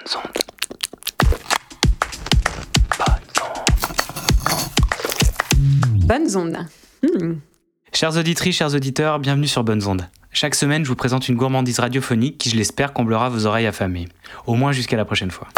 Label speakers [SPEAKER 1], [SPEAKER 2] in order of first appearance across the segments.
[SPEAKER 1] ondes.
[SPEAKER 2] Bonnes ondes.
[SPEAKER 1] Chères auditrices, chers auditeurs, bienvenue sur Bonnes ondes. Chaque semaine, je vous présente une gourmandise radiophonique qui, je l'espère, comblera vos oreilles affamées. Au moins jusqu'à la prochaine fois.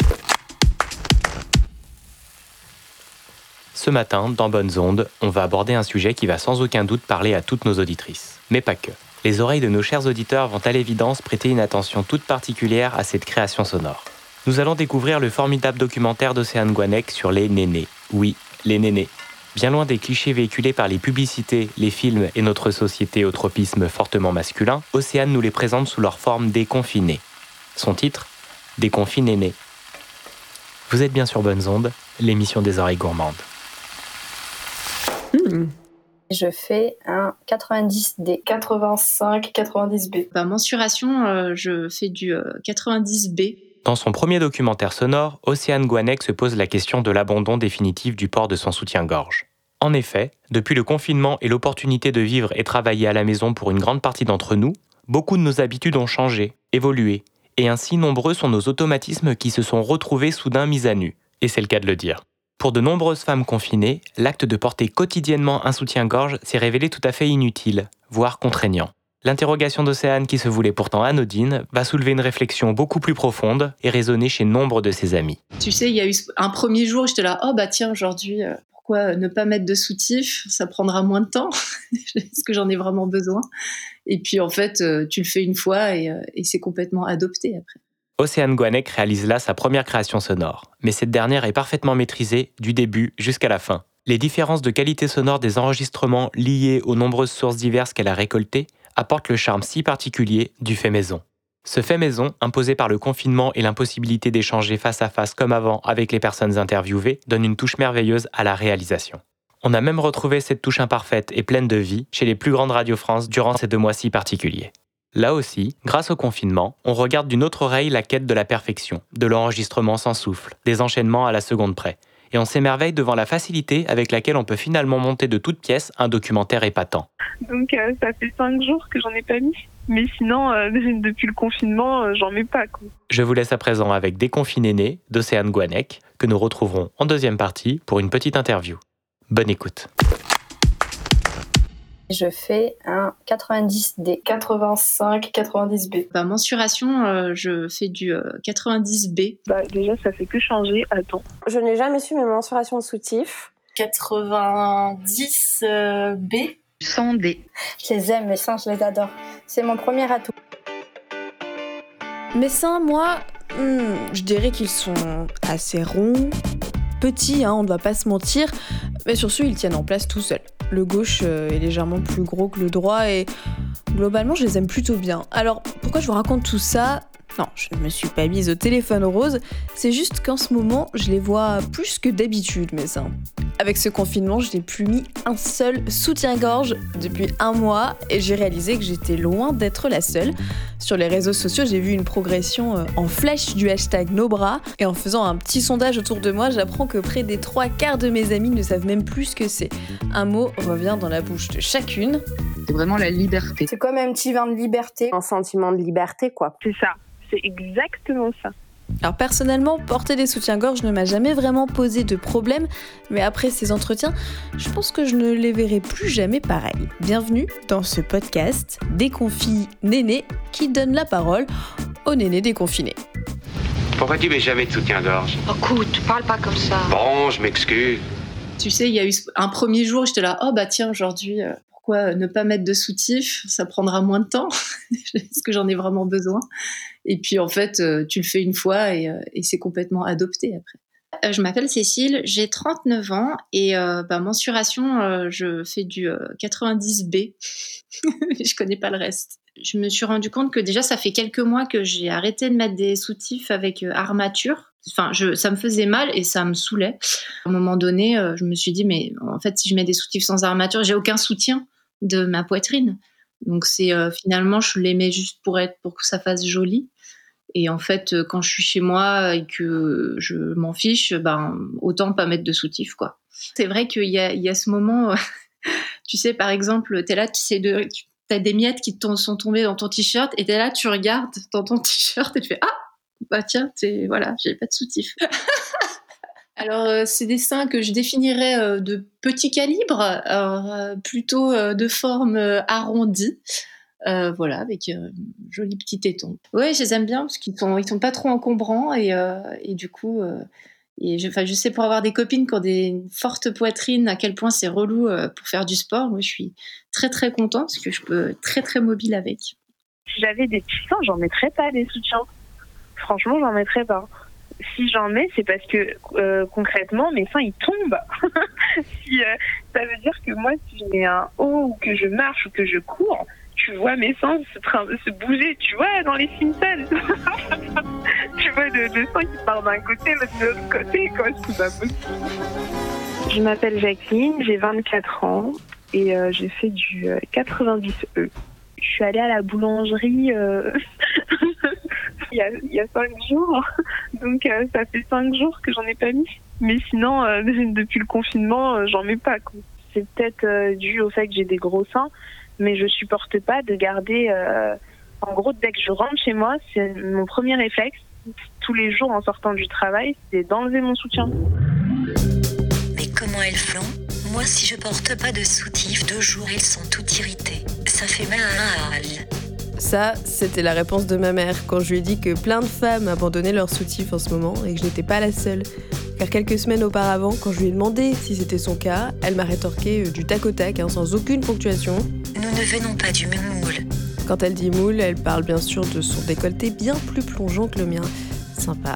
[SPEAKER 3] Ce matin, dans Bonnes ondes, on va aborder un sujet qui va sans aucun doute parler à toutes nos auditrices. Mais pas que. Les oreilles de nos chers auditeurs vont à l'évidence prêter une attention toute particulière à cette création sonore. Nous allons découvrir le formidable documentaire d'Océane Guanec sur les nénés. Oui, les nénés. Bien loin des clichés véhiculés par les publicités, les films et notre société au tropisme fortement masculin, Océane nous les présente sous leur forme déconfinée. Son titre ? Déconfine nénés. Vous êtes bien sur Bonnes ondes, l'émission des oreilles gourmandes.
[SPEAKER 4] Je fais un 90D.
[SPEAKER 5] 85-90B.
[SPEAKER 6] Mensuration, je fais du 90B.
[SPEAKER 3] Dans son premier documentaire sonore, Océane Guanec se pose la question de l'abandon définitif du port de son soutien-gorge. En effet, depuis le confinement et l'opportunité de vivre et travailler à la maison pour une grande partie d'entre nous, beaucoup de nos habitudes ont changé, évolué, et ainsi nombreux sont nos automatismes qui se sont retrouvés soudain mis à nu. Et c'est le cas de le dire. Pour de nombreuses femmes confinées, l'acte de porter quotidiennement un soutien-gorge s'est révélé tout à fait inutile, voire contraignant. L'interrogation d'Océane, qui se voulait pourtant anodine, va soulever une réflexion beaucoup plus profonde et résonner chez nombre de ses amis.
[SPEAKER 6] Tu sais, il y a eu un premier jour, j'étais là, oh bah tiens, aujourd'hui, pourquoi ne pas mettre de soutif ? Ça prendra moins de temps. Est-ce que j'en ai vraiment besoin ? Et puis en fait, tu le fais une fois et c'est complètement adopté après.
[SPEAKER 3] Océane Guanec réalise là sa première création sonore, mais cette dernière est parfaitement maîtrisée du début jusqu'à la fin. Les différences de qualité sonore des enregistrements liés aux nombreuses sources diverses qu'elle a récoltées apportent le charme si particulier du fait maison. Ce fait maison, imposé par le confinement et l'impossibilité d'échanger face à face comme avant avec les personnes interviewées, donne une touche merveilleuse à la réalisation. On a même retrouvé cette touche imparfaite et pleine de vie chez les plus grandes radios France durant ces 2 mois si particuliers. Là aussi, grâce au confinement, on regarde d'une autre oreille la quête de la perfection, de l'enregistrement sans souffle, des enchaînements à la seconde près. Et on s'émerveille devant la facilité avec laquelle on peut finalement monter de toutes pièces un documentaire épatant.
[SPEAKER 5] Donc ça fait 5 jours que j'en ai pas mis. Mais sinon, depuis le confinement, j'en mets pas, quoi.
[SPEAKER 3] Je vous laisse à présent avec Déconfine nénés d'Océane Guanec, que nous retrouverons en deuxième partie pour une petite interview. Bonne écoute.
[SPEAKER 4] Je fais un 90D.
[SPEAKER 5] 85-90B.
[SPEAKER 6] Mensuration, je fais du 90B.
[SPEAKER 5] Déjà, ça fait que changer. Attends.
[SPEAKER 7] Je n'ai jamais su mes mensurations de soutif.
[SPEAKER 8] 90B.
[SPEAKER 9] 100D.
[SPEAKER 4] Je les aime, mes seins, je les adore. C'est mon premier atout.
[SPEAKER 10] Mes seins, moi, je dirais qu'ils sont assez ronds, petits, on ne va pas se mentir, mais surtout ils tiennent en place tout seuls. Le gauche est légèrement plus gros que le droit et globalement je les aime plutôt bien. Alors pourquoi je vous raconte tout ça ? Non, je ne me suis pas mise au téléphone rose, c'est juste qu'en ce moment, je les vois plus que d'habitude, mes seins. Avec ce confinement, je n'ai plus mis un seul soutien-gorge depuis 1 mois et j'ai réalisé que j'étais loin d'être la seule. Sur les réseaux sociaux, j'ai vu une progression en flèche du hashtag #NoBras et en faisant un petit sondage autour de moi, j'apprends que près des 3/4 de mes amis ne savent même plus ce que c'est. Un mot revient dans la bouche de chacune.
[SPEAKER 9] C'est vraiment la liberté.
[SPEAKER 4] C'est comme un petit vin de liberté.
[SPEAKER 7] Un sentiment de liberté, quoi.
[SPEAKER 5] C'est ça. C'est exactement ça.
[SPEAKER 10] Alors personnellement, porter des soutiens-gorge ne m'a jamais vraiment posé de problème, mais après ces entretiens, je pense que je ne les verrai plus jamais pareil. Bienvenue dans ce podcast Déconfine nénés qui donne la parole aux nénés déconfinés.
[SPEAKER 11] Pourquoi tu mets jamais de soutien-gorge ?
[SPEAKER 9] Écoute, parle pas comme ça.
[SPEAKER 11] Bon, je m'excuse.
[SPEAKER 6] Tu sais, il y a eu un premier jour, j'étais là, oh bah tiens, aujourd'hui, pourquoi ne pas mettre de soutif ? Ça prendra moins de temps. Est-ce que j'en ai vraiment besoin ? Et puis en fait, tu le fais une fois et c'est complètement adopté après. Je m'appelle Cécile, j'ai 39 ans et mensuration, je fais du 90B. Je connais pas le reste. Je me suis rendu compte que déjà, ça fait quelques mois que j'ai arrêté de mettre des soutifs avec armature. Enfin, ça me faisait mal et ça me saoulait. À un moment donné, je me suis dit, mais en fait, si je mets des soutifs sans armature, j'ai aucun soutien de ma poitrine. Donc c'est finalement, je les mets juste pour que ça fasse joli. Et en fait, quand je suis chez moi et que je m'en fiche, autant pas mettre de soutif, quoi. C'est vrai qu'il y a ce moment, tu sais, par exemple, t'es là, t'as des miettes qui sont tombées dans ton t-shirt et t'es là, tu regardes dans ton t-shirt et tu fais « Ah, bah tiens, voilà, j'ai pas de soutif. Alors, c'est des seins que je définirais de petit calibre, plutôt de forme arrondie. Voilà, avec joli petit téton. Ouais, je les aime bien parce qu'ils sont pas trop encombrants et du coup, je sais pour avoir des copines qui ont des fortes poitrines à quel point c'est relou pour faire du sport. Moi, je suis très très contente parce que je peux être très très mobile avec.
[SPEAKER 5] Si j'avais des petits seins, j'en mettrais pas des soutiens. Franchement, j'en mettrais pas. Si j'en mets, c'est parce que concrètement, mes seins ils tombent. Ça veut dire que moi, si je mets un haut ou que je marche ou que je cours, tu vois mes seins se bouger, tu vois, dans les Simpsons. Tu vois le sang qui part d'un côté, l'autre de l'autre côté, quoi, c'est pas possible. Je m'appelle Jacqueline, j'ai 24 ans et j'ai fait du 90E. Je suis allée à la boulangerie il y a 5 jours, donc ça fait 5 jours que j'en ai pas mis. Mais sinon, depuis le confinement, j'en mets pas, quoi. C'est peut-être dû au fait que j'ai des gros seins, mais je supporte pas de garder... En gros, dès que je rentre chez moi, c'est mon premier réflexe, tous les jours en sortant du travail, c'est d'enlever mon soutien.
[SPEAKER 8] Mais comment elles font ? Moi, si je porte pas de soutif, 2 jours, elles sont toutes irritées. Ça fait mal.
[SPEAKER 10] Ça, c'était la réponse de ma mère quand je lui ai dit que plein de femmes abandonnaient leur soutif en ce moment et que je n'étais pas la seule. Car quelques semaines auparavant, quand je lui ai demandé si c'était son cas, elle m'a rétorqué du tac au tac, sans aucune ponctuation.
[SPEAKER 8] Nous ne venons pas du même moule.
[SPEAKER 10] Quand elle dit moule, elle parle bien sûr de son décolleté bien plus plongeant que le mien. Sympa.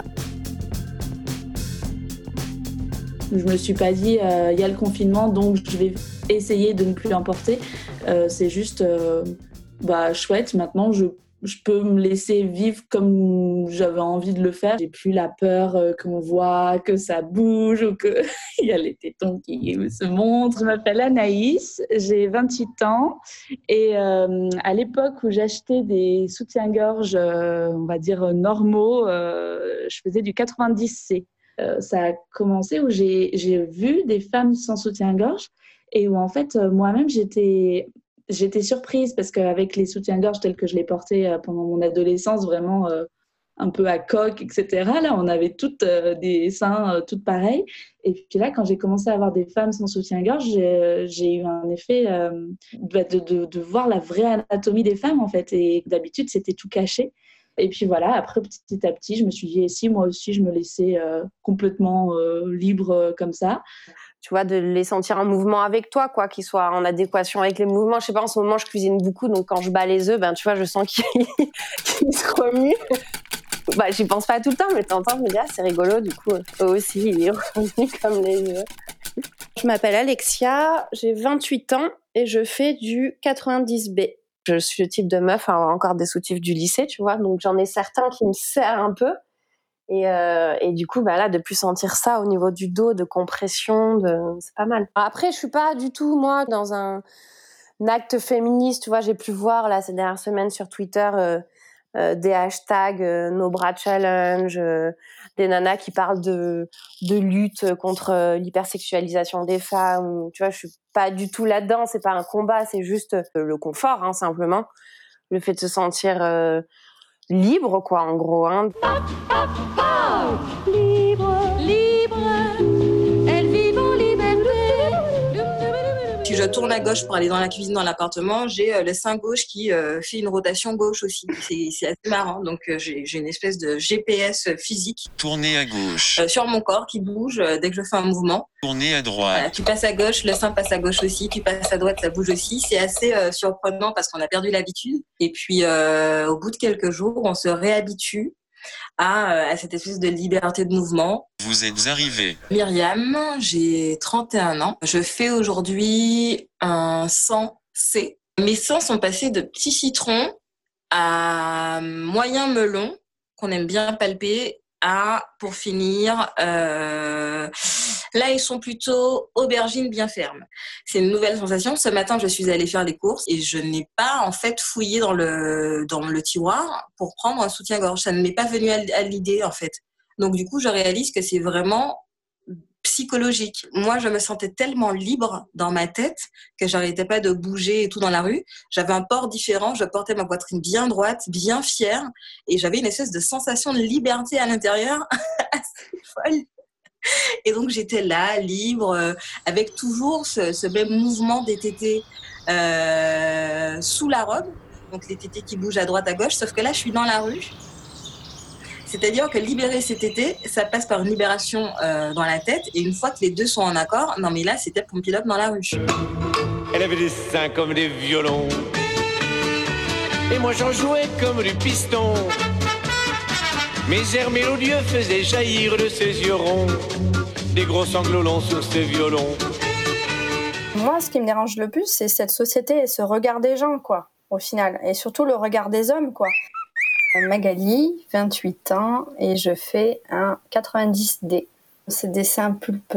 [SPEAKER 12] Je me suis pas dit il y a le confinement donc je vais essayer de ne plus en porter. C'est juste chouette. Maintenant je peux me laisser vivre comme j'avais envie de le faire. J'ai plus la peur qu'on voit que ça bouge ou que il y a les tétons qui se montrent. Je m'appelle Anaïs, j'ai 28 ans et à l'époque où j'achetais des soutiens-gorge on va dire normaux, je faisais du 90C. Ça a commencé où j'ai vu des femmes sans soutien-gorge et où en fait moi-même j'étais surprise parce qu'avec les soutiens-gorge tels que je les portais pendant mon adolescence, vraiment un peu à coque, etc. Là, on avait toutes des seins toutes pareils. Et puis là, quand j'ai commencé à avoir des femmes sans soutien-gorge, j'ai eu un effet de voir la vraie anatomie des femmes en fait. Et d'habitude, c'était tout caché. Et puis voilà, après, petit à petit, je me suis dit, et si moi aussi, je me laissais complètement libre comme ça.
[SPEAKER 7] Tu vois, de les sentir en mouvement avec toi, quoi, qu'ils soient en adéquation avec les mouvements. Je sais pas, en ce moment, je cuisine beaucoup, donc quand je bats les œufs, tu vois, je sens qu'ils se remuent. J'y pense pas tout le temps, mais de temps en temps, je me dis, c'est rigolo, du coup, eux aussi, ils remuent comme les œufs. Je m'appelle Alexia, j'ai 28 ans et je fais du 90B. Je suis le type de meuf à avoir encore des soutifs du lycée, tu vois, donc j'en ai certains qui me serrent un peu. Et du coup, là, de plus sentir ça au niveau du dos, de compression, c'est pas mal. Après, je suis pas du tout, moi, dans un acte féministe, tu vois, j'ai pu voir, là, ces dernières semaines sur Twitter, des hashtags No Bra Challenge, des nanas qui parlent de lutte contre l'hypersexualisation des femmes. Tu vois, je suis pas du tout là-dedans, c'est pas un combat, c'est juste le confort, simplement. Le fait de se sentir libre, quoi, en gros.
[SPEAKER 13] Libre, libre, elles vivent en liberté.
[SPEAKER 14] Si je tourne à gauche pour aller dans la cuisine dans l'appartement, j'ai le sein gauche qui fait une rotation gauche aussi. C'est assez marrant. Donc j'ai une espèce de GPS physique.
[SPEAKER 15] Tourner à gauche.
[SPEAKER 14] Sur mon corps qui bouge dès que je fais un mouvement.
[SPEAKER 15] Tourner à droite.
[SPEAKER 14] Voilà, tu passes à gauche, le sein passe à gauche aussi. Tu passes à droite, ça bouge aussi. C'est assez surprenant parce qu'on a perdu l'habitude. Et puis au bout de quelques jours, on se réhabitue à cette espèce de liberté de mouvement.
[SPEAKER 15] Vous êtes arrivée.
[SPEAKER 14] Myriam, j'ai 31 ans. Je fais aujourd'hui un 100C. Mes seins sont passés de petits citrons à moyen melon, qu'on aime bien palper, à, pour finir, là ils sont plutôt aubergines bien fermes. C'est une nouvelle sensation. Ce matin, je suis allée faire les courses et je n'ai pas en fait fouillé dans le tiroir pour prendre un soutien-gorge. Ça ne m'est pas venu à l'idée en fait. Donc du coup, je réalise que c'est vraiment psychologique. Moi, je me sentais tellement libre dans ma tête que j'arrêtais pas de bouger et tout dans la rue. J'avais un port différent, je portais ma poitrine bien droite, bien fière, et j'avais une espèce de sensation de liberté à l'intérieur assez folle. Et donc, j'étais là, libre, avec toujours ce même mouvement des tétés sous la robe, donc les tétés qui bougent à droite, à gauche, sauf que là, je suis dans la rue. C'est-à-dire que libérer ces tétés, ça passe par une libération dans la tête, et une fois que les deux sont en accord, non mais là, c'était Pompilote dans la rue.
[SPEAKER 16] Elle avait des seins comme des violons, et moi j'en jouais comme du piston. Mes airs mélodieux faisaient jaillir de ses yeux ronds des gros sanglots longs sur ses violons.
[SPEAKER 4] Moi, ce qui me dérange le plus, c'est cette société et ce regard des gens, quoi, au final. Et surtout le regard des hommes, quoi. Magali, 28 ans, et je fais un 90D. C'est des seins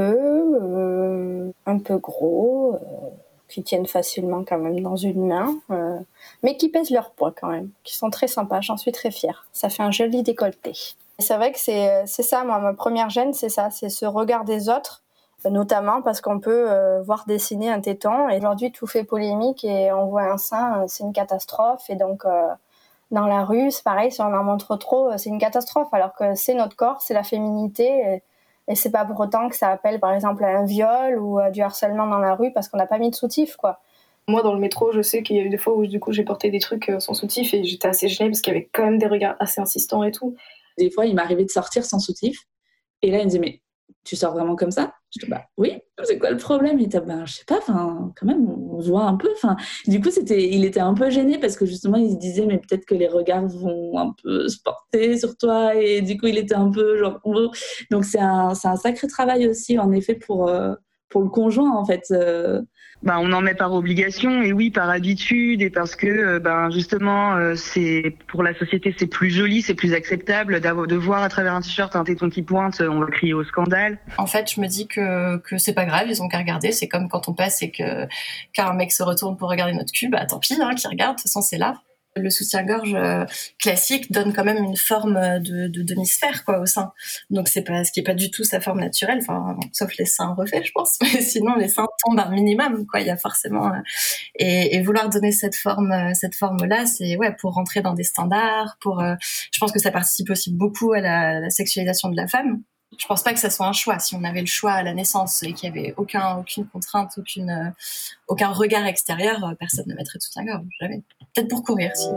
[SPEAKER 4] pulpeux, un peu gros, qui tiennent facilement quand même dans une main, mais qui pèsent leur poids quand même, qui sont très sympas, j'en suis très fière. Ça fait un joli décolleté. Et c'est vrai que c'est ça, moi, ma première gêne, c'est ça, c'est ce regard des autres, notamment parce qu'on peut voir dessiner un téton, et aujourd'hui tout fait polémique, et on voit un sein, c'est une catastrophe, et donc... dans la rue, c'est pareil, si on en montre trop, c'est une catastrophe, alors que c'est notre corps, c'est la féminité, et c'est pas pour autant que ça appelle par exemple à un viol ou à du harcèlement dans la rue parce qu'on n'a pas mis de soutif, quoi.
[SPEAKER 17] Moi, dans le métro, je sais qu'il y a eu des fois où du coup j'ai porté des trucs sans soutif et j'étais assez gênée parce qu'il y avait quand même des regards assez insistants et tout.
[SPEAKER 12] Des fois, il m'arrivait de sortir sans soutif, et là, il me disait, mais tu sors vraiment comme ça ? Je dis, bah oui, c'est quoi le problème ? Il était, je sais pas, quand même, on se voit un peu. Du coup, il était un peu gêné parce que justement, il se disait, mais peut-être que les regards vont un peu se porter sur toi, et du coup, il était un peu genre... Donc, c'est un sacré travail aussi, en effet, pour le conjoint, en fait.
[SPEAKER 18] On en met par obligation, et oui, par habitude, et parce que justement c'est pour la société, c'est plus joli, c'est plus acceptable de voir à travers un t-shirt un téton qui pointe, on va crier au scandale.
[SPEAKER 19] En fait, je me dis que c'est pas grave, ils ont qu'à regarder, c'est comme quand on passe et qu'un mec se retourne pour regarder notre cul, tant pis, qui regarde, de toute façon c'est là. Le soutien-gorge classique donne quand même une forme de demi-sphère, quoi, au sein. Donc c'est pas ce qui est pas du tout sa forme naturelle, sauf les seins refaits, je pense. Mais sinon les seins tombent un minimum, quoi. Il y a forcément et vouloir donner cette forme-là, c'est pour rentrer dans des standards. Je pense que ça participe aussi beaucoup à la sexualisation de la femme. Je pense pas que ça soit un choix. Si on avait le choix à la naissance et qu'il y avait aucune contrainte, aucun regard extérieur, personne ne mettrait de soutien-gorge, jamais. Peut-être pour courir, si.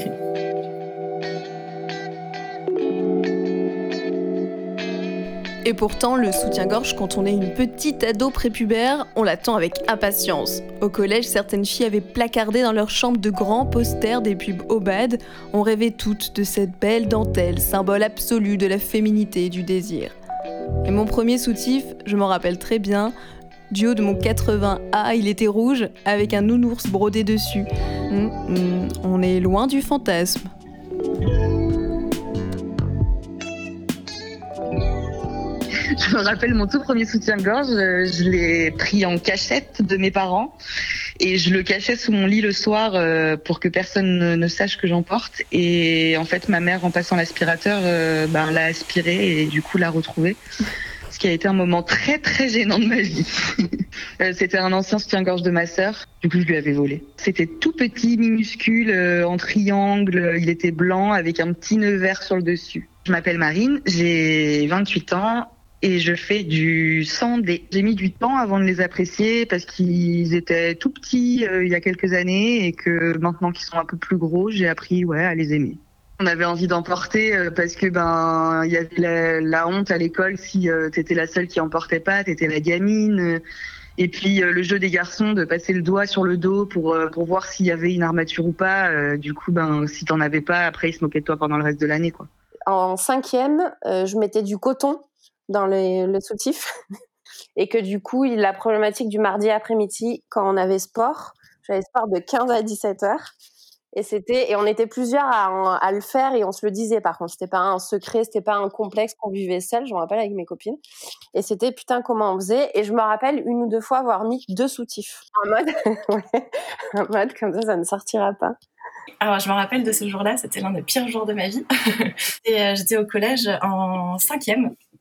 [SPEAKER 10] Et pourtant, le soutien-gorge, quand on est une petite ado prépubère, on l'attend avec impatience. Au collège, certaines filles avaient placardé dans leur chambre de grands posters des pubs Obad. On rêvait toutes de cette belle dentelle, symbole absolu de la féminité et du désir. Et mon premier soutif, je m'en rappelle très bien, du haut de mon 80A, il était rouge, avec un nounours brodé dessus. On est loin du fantasme.
[SPEAKER 18] Je me rappelle mon tout premier soutien-gorge, je l'ai pris en cachette de mes parents et je le cachais sous mon lit le soir pour que personne ne sache que j'en porte. Et en fait, ma mère, en passant l'aspirateur, l'a aspiré et du coup l'a retrouvé. Ce qui a été un moment très très gênant de ma vie. C'était un ancien soutien-gorge de ma sœur, du coup je lui avais volé. C'était tout petit, minuscule, en triangle, il était blanc avec un petit nœud vert sur le dessus. Je m'appelle Marine, j'ai 28 ans. Et je fais du 100D. J'ai mis du temps avant de les apprécier parce qu'ils étaient tout petits il y a quelques années et que maintenant qu'ils sont un peu plus gros, j'ai appris à les aimer. On avait envie d'en porter parce que il y avait la honte à l'école si t'étais la seule qui en portait pas, t'étais la gamine. Et puis le jeu des garçons de passer le doigt sur le dos pour voir s'il y avait une armature ou pas. Du coup, si t'en avais pas, après ils se moquaient de toi pendant le reste de l'année, quoi.
[SPEAKER 7] En 5e, je mettais du coton dans le soutif et que du coup la problématique du mardi après-midi quand on avait sport, j'avais sport de 15 à 17 heures et on était plusieurs à le faire et on se le disait. Par contre, c'était pas un secret, c'était pas un complexe qu'on vivait seul, je me rappelle, avec mes copines, et c'était putain comment on faisait. Et je me rappelle une ou deux fois avoir mis 2 soutifs en mode comme ça ne sortira pas.
[SPEAKER 19] Alors, je me rappelle de ce jour-là, c'était l'un des pires jours de ma vie. Et j'étais au collège en 5e.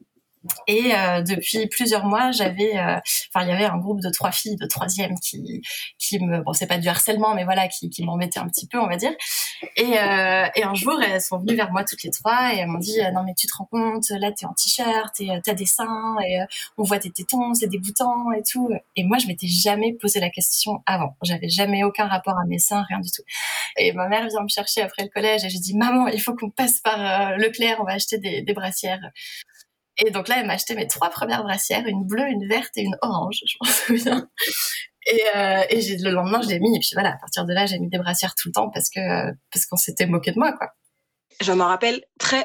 [SPEAKER 19] Et depuis plusieurs mois, il y avait un groupe de 3 filles de 3e qui bon, c'est pas du harcèlement, mais voilà, qui m'embêtaient un petit peu, on va dire. Et un jour, elles sont venues vers moi toutes les 3 et elles m'ont dit non mais tu te rends compte, là t'es en t-shirt et t'as des seins et on voit tes tétons, c'est dégoûtant et tout. Et moi, je m'étais jamais posé la question avant. J'avais jamais aucun rapport à mes seins, rien du tout. Et ma mère vient me chercher après le collège et j'ai dit maman, il faut qu'on passe par Leclerc, on va acheter des brassières. Et donc là, elle m'a acheté mes 3 premières brassières, une bleue, une verte et une orange, je m'en souviens. Et le lendemain, je l'ai mis. Et puis voilà, à partir de là, j'ai mis des brassières tout le temps parce qu'on s'était moqué de moi, quoi.
[SPEAKER 14] Je me rappelle très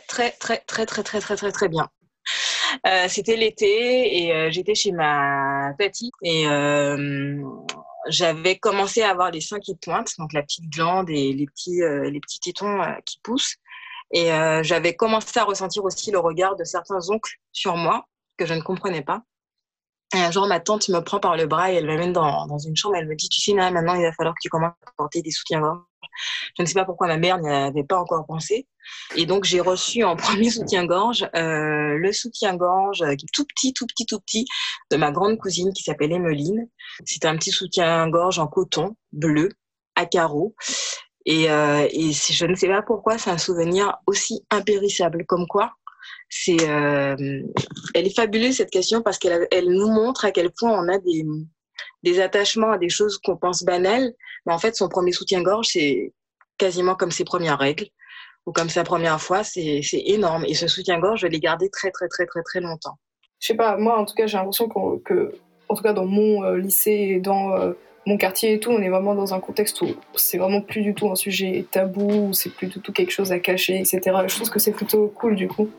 [SPEAKER 14] bien. C'était l'été et j'étais chez ma tati et j'avais commencé à avoir les seins qui pointent, donc la petite glande et les petits tétons qui poussent. Et j'avais commencé à ressentir aussi le regard de certains oncles sur moi, que je ne comprenais pas. Et un jour, ma tante me prend par le bras et elle m'amène dans une chambre. Elle me dit, tu sais, Nana, maintenant, il va falloir que tu commences à porter des soutiens-gorge. Je ne sais pas pourquoi ma mère n'y avait pas encore pensé. Et donc, j'ai reçu en premier soutien-gorge le soutien-gorge qui est tout petit, de ma grande cousine qui s'appelle Emmeline. C'était un petit soutien-gorge en coton bleu à carreaux. Et je ne sais pas pourquoi, c'est un souvenir aussi impérissable. Comme quoi, elle est fabuleuse cette question parce qu'elle nous montre à quel point on a des attachements à des choses qu'on pense banales. Mais en fait, son premier soutien-gorge, c'est quasiment comme ses premières règles ou comme sa première fois. C'est énorme. Et ce soutien-gorge, je l'ai gardé très longtemps.
[SPEAKER 17] Je sais pas, moi en tout cas, j'ai l'impression que en tout cas dans mon lycée et dans mon quartier et tout, on est vraiment dans un contexte où c'est vraiment plus du tout un sujet tabou, où c'est plus du tout quelque chose à cacher, etc. Je trouve que c'est plutôt cool du coup.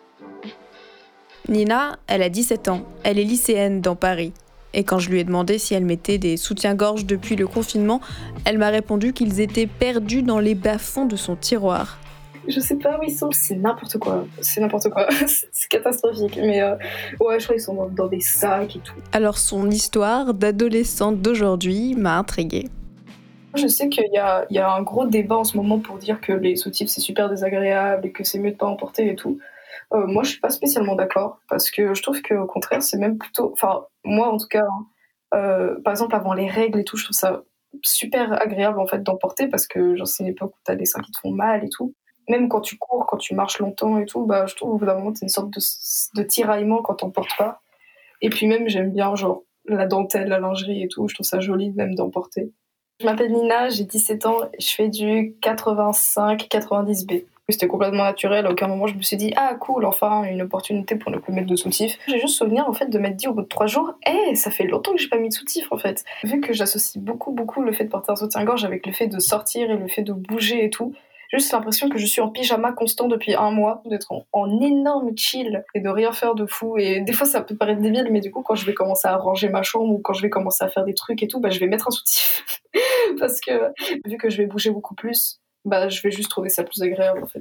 [SPEAKER 10] Nina, elle a 17 ans, elle est lycéenne dans Paris. Et quand je lui ai demandé si elle mettait des soutiens-gorge depuis le confinement, elle m'a répondu qu'ils étaient perdus dans les bas-fonds de son tiroir.
[SPEAKER 17] Je sais pas où ils sont, c'est n'importe quoi. C'est catastrophique. Mais ouais, je crois qu'ils sont dans des sacs et tout.
[SPEAKER 10] Alors son histoire d'adolescente d'aujourd'hui m'a intriguée.
[SPEAKER 17] Je sais qu'il y a un gros débat en ce moment pour dire que les soutifs c'est super désagréable et que c'est mieux de pas en porter et tout. Moi je suis pas spécialement d'accord parce que je trouve qu'au contraire c'est même plutôt... Enfin moi en tout cas, par exemple avant les règles et tout, je trouve ça super agréable en fait d'en porter parce que genre, c'est une époque où t'as des seins qui te font mal et tout. Même quand tu cours, quand tu marches longtemps et tout, bah, je trouve au bout d'un moment, c'est une sorte de tiraillement quand t'en portes pas. Et puis même, j'aime bien genre la dentelle, la lingerie et tout. Je trouve ça joli même d'en porter. Je m'appelle Nina, j'ai 17 ans et je fais du 85-90B. C'était complètement naturel. À aucun moment, je me suis dit « Ah, cool, enfin, une opportunité pour ne plus mettre de soutif. » J'ai juste souvenir en fait de m'être dit au bout de 3 jours « Hey, ça fait longtemps que j'ai pas mis de soutif en fait. » Vu que j'associe beaucoup le fait de porter un soutien-gorge avec le fait de sortir et le fait de bouger et tout, j'ai juste l'impression que je suis en pyjama constant depuis 1 mois, d'être en énorme chill et de rien faire de fou. Et des fois, ça peut paraître débile, mais du coup, quand je vais commencer à ranger ma chambre ou quand je vais commencer à faire des trucs et tout, bah, je vais mettre un soutif. Parce que vu que je vais bouger beaucoup plus, bah, je vais juste trouver ça plus agréable en fait.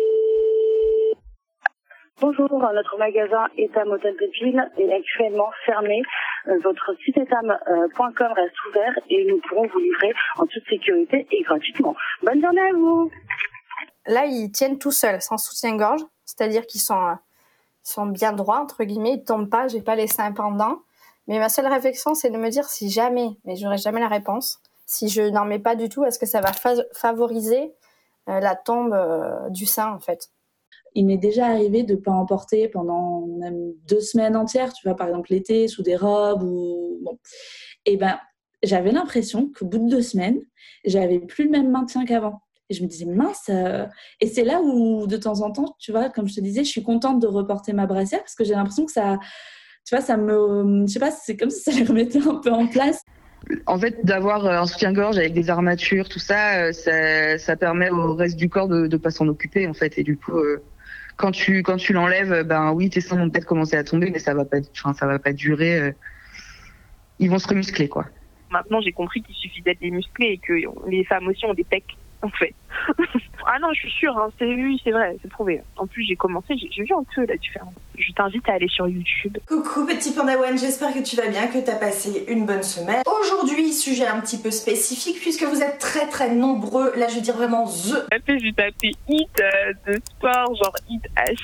[SPEAKER 20] Bonjour, notre magasin Etam Hôtel de Ville est actuellement fermé. Votre site etam.com reste ouvert et nous pourrons vous livrer en toute sécurité et gratuitement. Bonne journée à vous.
[SPEAKER 4] Là, ils tiennent tout seuls, sans soutien-gorge, c'est-à-dire qu'ils sont bien droits, entre guillemets, ils tombent pas, j'ai pas les seins pendants. Mais ma seule réflexion, c'est de me dire si jamais, mais j'aurai jamais la réponse, si je n'en mets pas du tout, est-ce que ça va favoriser la tombe du sein, en fait.
[SPEAKER 12] Il m'est déjà arrivé de ne pas en porter pendant même 2 semaines entières, tu vois, par exemple l'été, sous des robes ou... Bon. Et ben, j'avais l'impression qu'au bout de 2 semaines, j'avais plus le même maintien qu'avant. Et je me disais, mince... Et c'est là où, de temps en temps, tu vois, comme je te disais, je suis contente de reporter ma brassière parce que j'ai l'impression que ça... Tu vois, ça me... Je sais pas, c'est comme si ça les remettait un peu en place.
[SPEAKER 18] En fait, d'avoir un soutien-gorge avec des armatures, tout ça, ça permet au reste du corps de pas s'en occuper, en fait. Et du coup... Quand tu l'enlèves, ben oui, tes seins vont peut-être commencer à tomber, mais ça va pas durer. Ils vont se remuscler, quoi.
[SPEAKER 5] Maintenant, j'ai compris qu'il suffit d'être des musclés et que les femmes aussi ont des pecs, en fait. Ah non, je suis sûre, hein, c'est vrai, c'est prouvé. En plus, j'ai commencé, j'ai vu un peu la différence. Je t'invite à aller sur YouTube.
[SPEAKER 21] Coucou petit pandawan, j'espère que tu vas bien, que tu as passé une bonne semaine. Aujourd'hui, sujet un petit peu spécifique puisque vous êtes très nombreux. Là, je veux dire vraiment the.
[SPEAKER 5] J'ai tapé hit de sport, genre hit H,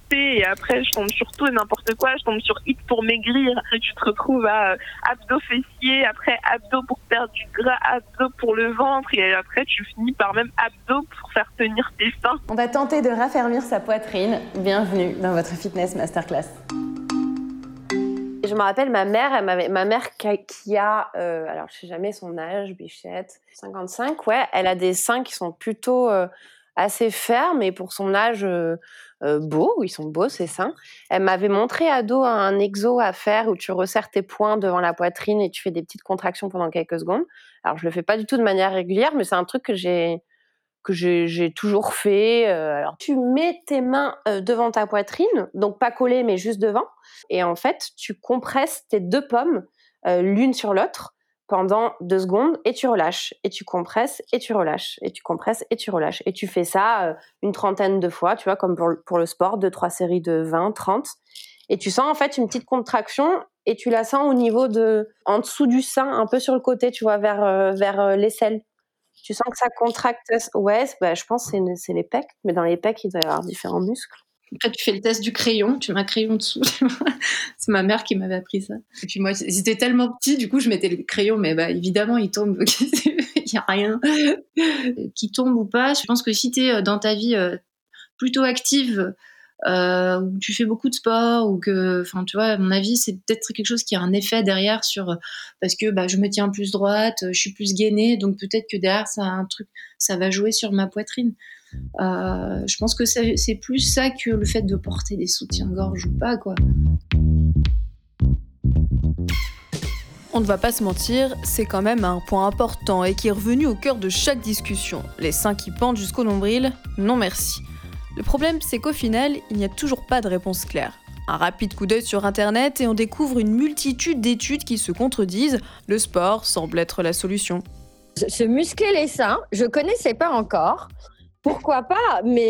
[SPEAKER 5] et après je tombe sur tout et n'importe quoi, je tombe sur Hit pour maigrir, après tu te retrouves à abdos fessiers, après abdos pour perdre du gras, abdos pour le ventre et après tu finis par même abdos pour faire tenir tes seins.
[SPEAKER 7] On va tenter de raffermir sa poitrine. Bienvenue dans votre fitness masterclass. Je me rappelle ma mère qui a, alors je sais jamais son âge, bichette, 55, ouais, elle a des seins qui sont plutôt assez fermes et pour son âge beaux, ils sont beaux ces seins. Elle m'avait montré ado un exo à faire où tu resserres tes poings devant la poitrine et tu fais des petites contractions pendant quelques secondes. Alors je le fais pas du tout de manière régulière, mais c'est un truc que j'ai toujours fait. Alors, tu mets tes mains devant ta poitrine, donc pas collées, mais juste devant. Et en fait, tu compresses tes deux pommes l'une sur l'autre pendant 2 secondes et tu relâches. Et tu compresses et tu relâches. Et tu compresses et tu relâches. Et tu fais ça une 30aine de fois, tu vois, comme pour le sport, 2-3 séries de 20, 30. Et tu sens en fait une petite contraction et tu la sens au niveau en dessous du sein, un peu sur le côté, tu vois, vers l'aisselle. Tu sens que ça contracte. Ouais, je pense que c'est les pecs, mais dans les pecs, il doit y avoir différents muscles.
[SPEAKER 6] Après, tu fais le test du crayon, tu mets un crayon dessous. C'est ma mère qui m'avait appris ça. Et puis moi, j'étais tellement petit, du coup, je mettais le crayon, mais évidemment, il tombe. Il n'y a rien qui tombe ou pas. Je pense que si tu es dans ta vie plutôt active, où tu fais beaucoup de sport, ou que, enfin, tu vois, à mon avis, c'est peut-être quelque chose qui a un effet derrière parce que je me tiens plus droite, je suis plus gainée, donc peut-être que derrière, ça va jouer sur ma poitrine. Je pense que c'est plus ça que le fait de porter des soutiens-gorge ou pas, quoi.
[SPEAKER 10] On ne va pas se mentir, c'est quand même un point important et qui est revenu au cœur de chaque discussion. Les seins qui pendent jusqu'au nombril, non merci. Le problème, c'est qu'au final, il n'y a toujours pas de réponse claire. Un rapide coup d'œil sur Internet et on découvre une multitude d'études qui se contredisent. Le sport semble être la solution.
[SPEAKER 2] Se muscler les seins, je connaissais pas encore. Pourquoi pas, mais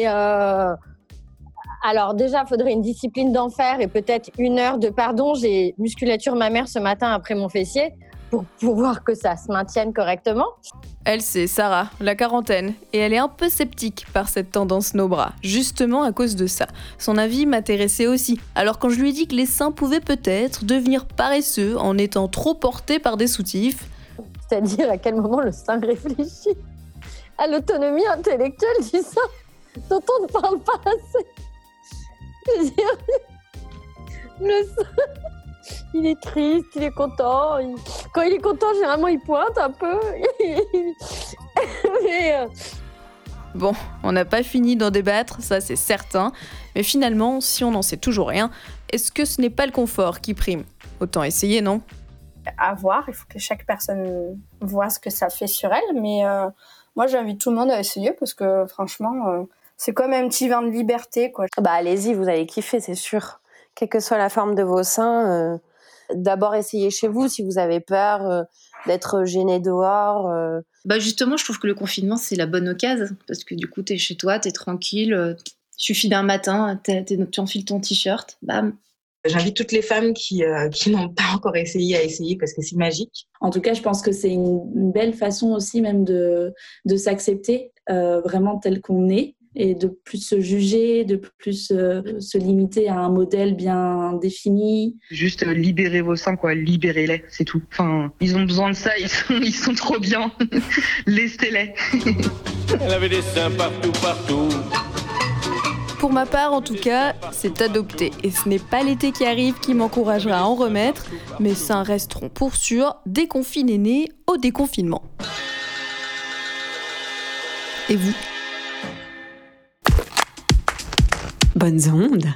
[SPEAKER 2] alors déjà, il faudrait une discipline d'enfer et peut-être 1 heure de pardon. J'ai musculature mammaire ce matin après mon fessier pour pouvoir que ça se maintienne correctement.
[SPEAKER 10] Elle, c'est Sarah, la quarantaine, et elle est un peu sceptique par cette tendance no bras, justement à cause de ça. Son avis m'intéressait aussi, alors quand je lui ai dit que les seins pouvaient peut-être devenir paresseux en étant trop portés par des soutifs.
[SPEAKER 2] C'est-à-dire à quel moment le sein réfléchit à l'autonomie intellectuelle du sein dont on ne parle pas assez. C'est-à-dire, le sein, il est triste, il est content. Quand il est content, généralement, il pointe un peu. Mais
[SPEAKER 10] Bon, on n'a pas fini d'en débattre, ça c'est certain. Mais finalement, si on n'en sait toujours rien, est-ce que ce n'est pas le confort qui prime ? Autant essayer, non ?
[SPEAKER 4] À voir, il faut que chaque personne voit ce que ça fait sur elle. Mais moi, j'invite tout le monde à essayer parce que franchement, c'est comme un petit vin de liberté, quoi.
[SPEAKER 7] Allez-y, vous allez kiffer, c'est sûr. Quelle que soit la forme de vos seins, d'abord essayez chez vous si vous avez peur d'être gêné dehors.
[SPEAKER 6] Justement, je trouve que le confinement, c'est la bonne occasion parce que du coup, t'es chez toi, t'es tranquille. Suffit d'un matin, tu enfiles ton t-shirt, bam.
[SPEAKER 14] J'invite toutes les femmes qui n'ont pas encore essayé à essayer parce que c'est magique.
[SPEAKER 12] En tout cas, je pense que c'est une belle façon aussi même de s'accepter vraiment tel qu'on est et de plus se juger, de plus se limiter à un modèle bien défini.
[SPEAKER 18] Juste libérez vos seins, quoi, libérez-les, c'est tout. Enfin, ils ont besoin de ça, ils sont trop bien. Laissez-les.
[SPEAKER 16] Elle avait des seins partout, partout.
[SPEAKER 10] Pour ma part, en tout cas, c'est adopté. Et ce n'est pas l'été qui arrive qui m'encouragera à en remettre. Mes seins resteront pour sûr déconfinés nés au déconfinement. Et vous ?
[SPEAKER 22] Bonnes ondes.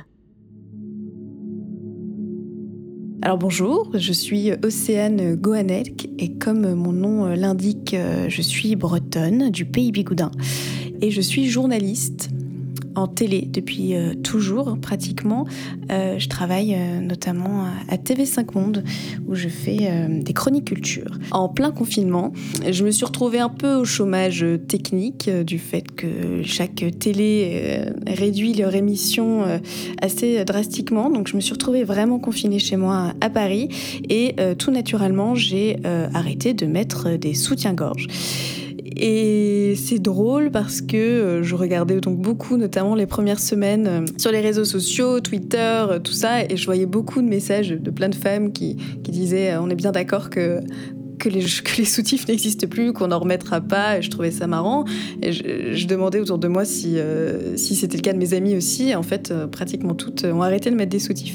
[SPEAKER 10] Alors bonjour, je suis Océane Gohanec et comme mon nom l'indique, je suis bretonne du pays Bigoudin et je suis journaliste en télé depuis toujours pratiquement. Je travaille notamment à TV5 Monde où je fais des chroniques culture. En plein confinement, je me suis retrouvée un peu au chômage technique du fait que chaque télé réduit leur émission assez drastiquement. Donc je me suis retrouvée vraiment confinée chez moi à Paris et tout naturellement j'ai arrêté de mettre des soutiens-gorge. Et c'est drôle parce que je regardais donc beaucoup, notamment les premières semaines, sur les réseaux sociaux, Twitter, tout ça, et je voyais beaucoup de messages de plein de femmes qui disaient on est bien d'accord que les soutifs n'existent plus, qu'on n'en remettra pas, et je trouvais ça marrant. Et je demandais autour de moi si c'était le cas de mes amies aussi. Et en fait, pratiquement toutes ont arrêté de mettre des soutifs.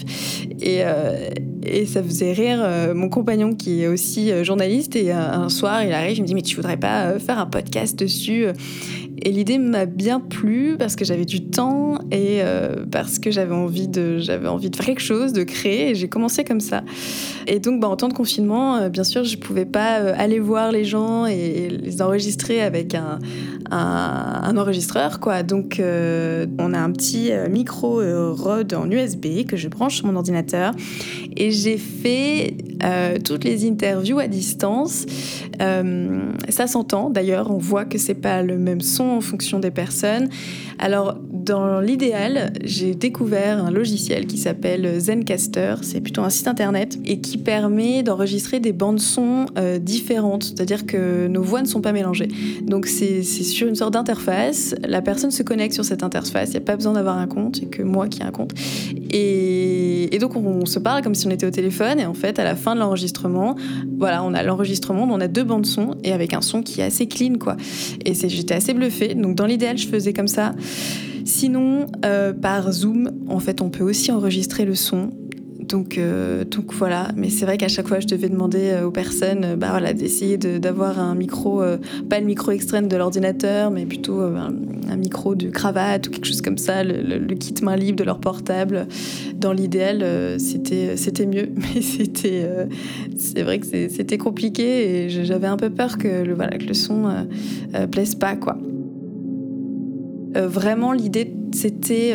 [SPEAKER 10] Et ça faisait rire mon compagnon qui est aussi journaliste. Et un soir, il arrive, il me dit « Mais tu voudrais pas faire un podcast dessus ?» Et l'idée m'a bien plu parce que j'avais du temps et parce que j'avais envie de faire quelque chose, de créer, et j'ai commencé comme ça. Et donc en temps de confinement, bien sûr, je pouvais pas aller voir les gens et les enregistrer avec un enregistreur, quoi. Donc on a un petit micro Rode en USB que je branche sur mon ordinateur, et j'ai fait toutes les interviews à distance. Ça s'entend d'ailleurs, on voit que c'est pas le même son en fonction des personnes. Alors dans l'idéal, j'ai découvert un logiciel qui s'appelle Zencastr, c'est plutôt un site internet, et qui permet d'enregistrer des bandes son différentes, c'est-à-dire que nos voix ne sont pas mélangées. Donc c'est sur une sorte d'interface, la personne se connecte sur cette interface, il n'y a pas besoin d'avoir un compte, il n'y a que moi qui ai un compte. Et donc on se parle comme si on était au téléphone, et en fait à la fin de l'enregistrement, voilà, on a l'enregistrement, on a 2 bandes son, et avec un son qui est assez clean, quoi. Et j'étais assez bluffée, donc dans l'idéal je faisais comme ça. Sinon, par Zoom, en fait, on peut aussi enregistrer le son. Donc voilà, mais c'est vrai qu'à chaque fois je devais demander aux personnes d'essayer d'avoir un micro, pas le micro externe de l'ordinateur, mais plutôt un micro de cravate ou quelque chose comme ça, le kit main libre de leur portable. Dans l'idéal, c'était mieux, mais c'est vrai que c'était compliqué, et j'avais un peu peur que le son plaise pas, quoi. Vraiment, l'idée, c'était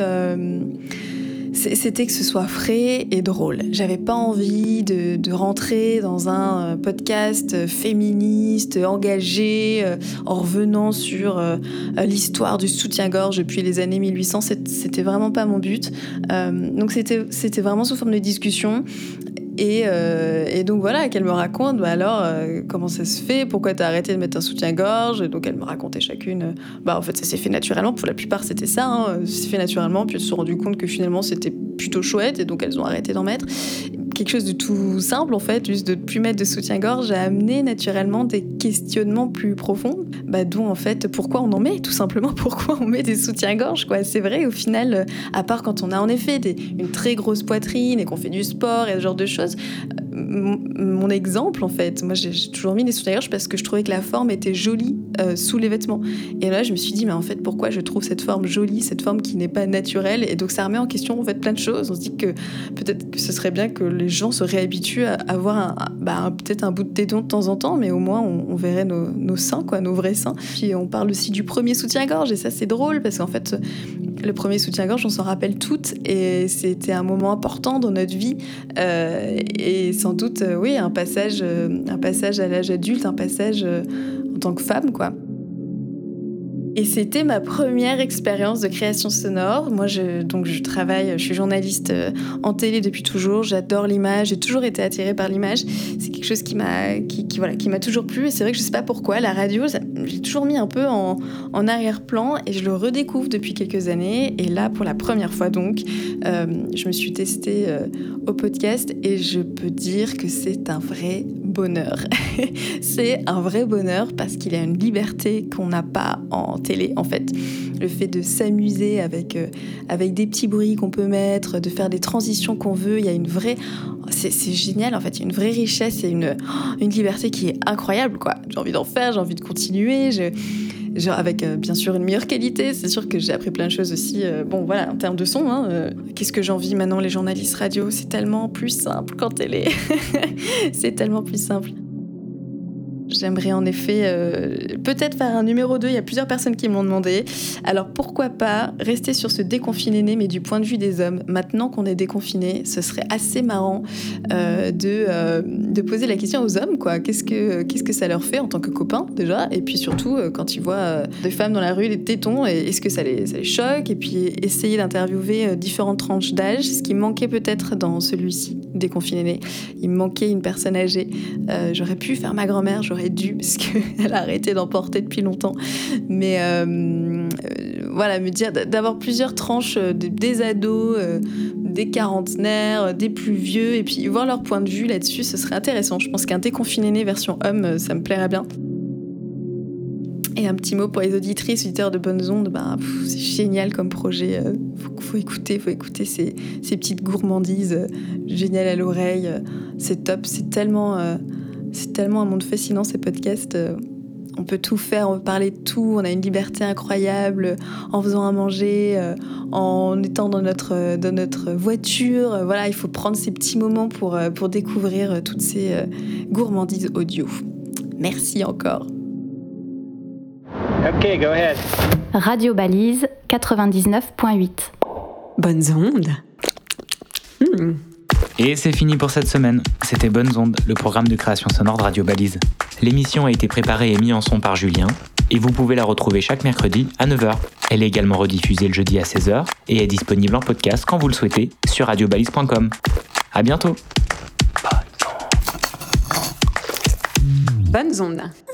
[SPEAKER 10] que ce soit frais et drôle. J'avais pas envie de rentrer dans un podcast féministe, engagé, en revenant sur l'histoire du soutien-gorge depuis les années 1800. C'était vraiment pas mon but. Donc c'était vraiment sous forme de discussion. Et donc voilà, qu'elle me raconte, alors comment ça se fait, pourquoi t'as arrêté de mettre un soutien-gorge. Et donc elle me racontait chacune, en fait ça s'est fait naturellement, pour la plupart c'était ça, ça s'est fait naturellement, puis elles se sont rendues compte que finalement c'était plutôt chouette, et donc elles ont arrêté d'en mettre. Quelque chose de tout simple en fait, juste de ne plus mettre de soutien-gorge, a amené naturellement des questionnements plus profonds, dont en fait pourquoi on en met, tout simplement pourquoi on met des soutiens-gorge, quoi. C'est vrai, au final, à part quand on a en effet une très grosse poitrine et qu'on fait du sport et ce genre de choses, mon exemple en fait, moi j'ai toujours mis des soutiens-gorge parce que je trouvais que la forme était jolie sous les vêtements, et là je me suis dit mais en fait pourquoi je trouve cette forme jolie, cette forme qui n'est pas naturelle, et donc ça remet en question en fait plein de choses. On se dit que peut-être que ce serait bien que les gens se réhabituent à avoir peut-être un bout de téton de temps en temps, mais au moins on verrait nos seins, quoi, nos vrais seins. Puis on parle aussi du premier soutien-gorge, et ça c'est drôle parce qu'en fait le premier soutien-gorge, on s'en rappelle toutes, et c'était un moment important dans notre vie, et sans doute un passage à l'âge adulte, un passage en tant que femme, quoi. Et c'était ma première expérience de création sonore. Moi, je travaille, je suis journaliste en télé depuis toujours. J'adore l'image, j'ai toujours été attirée par l'image. C'est quelque chose qui m'a toujours plu. Et c'est vrai que je sais pas pourquoi, la radio, j'ai toujours mis un peu en arrière-plan, et je le redécouvre depuis quelques années. Et là, pour la première fois donc, je me suis testée au podcast, et je peux dire que c'est un vrai bonheur. C'est un vrai bonheur parce qu'il y a une liberté qu'on n'a pas en télé, en fait. Le fait de s'amuser avec des petits bruits qu'on peut mettre, de faire des transitions qu'on veut, il y a une vraie... C'est génial, en fait. Il y a une vraie richesse, il y a une liberté qui est incroyable, quoi. J'ai envie d'en faire, j'ai envie de continuer, avec bien sûr une meilleure qualité. C'est sûr que j'ai appris plein de choses aussi, en termes de son. Qu'est-ce que j'envie maintenant, les journalistes radio, c'est tellement plus simple qu'en télé. C'est tellement plus simple. J'aimerais en effet peut-être faire un numéro 2, il y a plusieurs personnes qui me l'ont demandé. Alors pourquoi pas rester sur ce déconfiné, mais du point de vue des hommes. Maintenant qu'on est déconfiné, ce serait assez marrant de poser la question aux hommes, quoi. Qu'est-ce que ça leur fait en tant que copains, déjà, et puis surtout quand ils voient des femmes dans la rue, des tétons, est-ce que ça les choque, et puis essayer d'interviewer différentes tranches d'âge, ce qui manquait peut-être dans celui-ci. déconfiné. Il me manquait une personne âgée. J'aurais pu faire ma grand-mère, j'aurais dû, parce qu'elle a arrêté d'en porter depuis longtemps. Mais voilà, me dire d'avoir plusieurs tranches, des ados, des quarantenaires, des plus vieux, et puis voir leur point de vue là-dessus, ce serait intéressant. Je pense qu'un déconfiné version homme, ça me plairait bien. Et un petit mot pour les auditrices, auditeurs de Bonnes Ondes, c'est génial comme projet. Faut écouter ces petites gourmandises géniales à l'oreille. C'est top, c'est tellement un monde fascinant ces podcasts. On peut tout faire, on peut parler de tout, on a une liberté incroyable en faisant à manger, en étant dans notre voiture. Voilà, il faut prendre ces petits moments pour découvrir toutes ces gourmandises audio. Merci encore.
[SPEAKER 1] Ok, go ahead.
[SPEAKER 3] Radio Balise 99.8.
[SPEAKER 22] Bonnes ondes.
[SPEAKER 23] Et c'est fini pour cette semaine. C'était Bonnes Ondes, le programme de création sonore de Radio Balise. L'émission a été préparée et mise en son par Julien, et vous pouvez la retrouver chaque mercredi à 9h. Elle est également rediffusée le jeudi à 16h et est disponible en podcast quand vous le souhaitez sur radiobalise.com. À bientôt.
[SPEAKER 22] Bonnes ondes.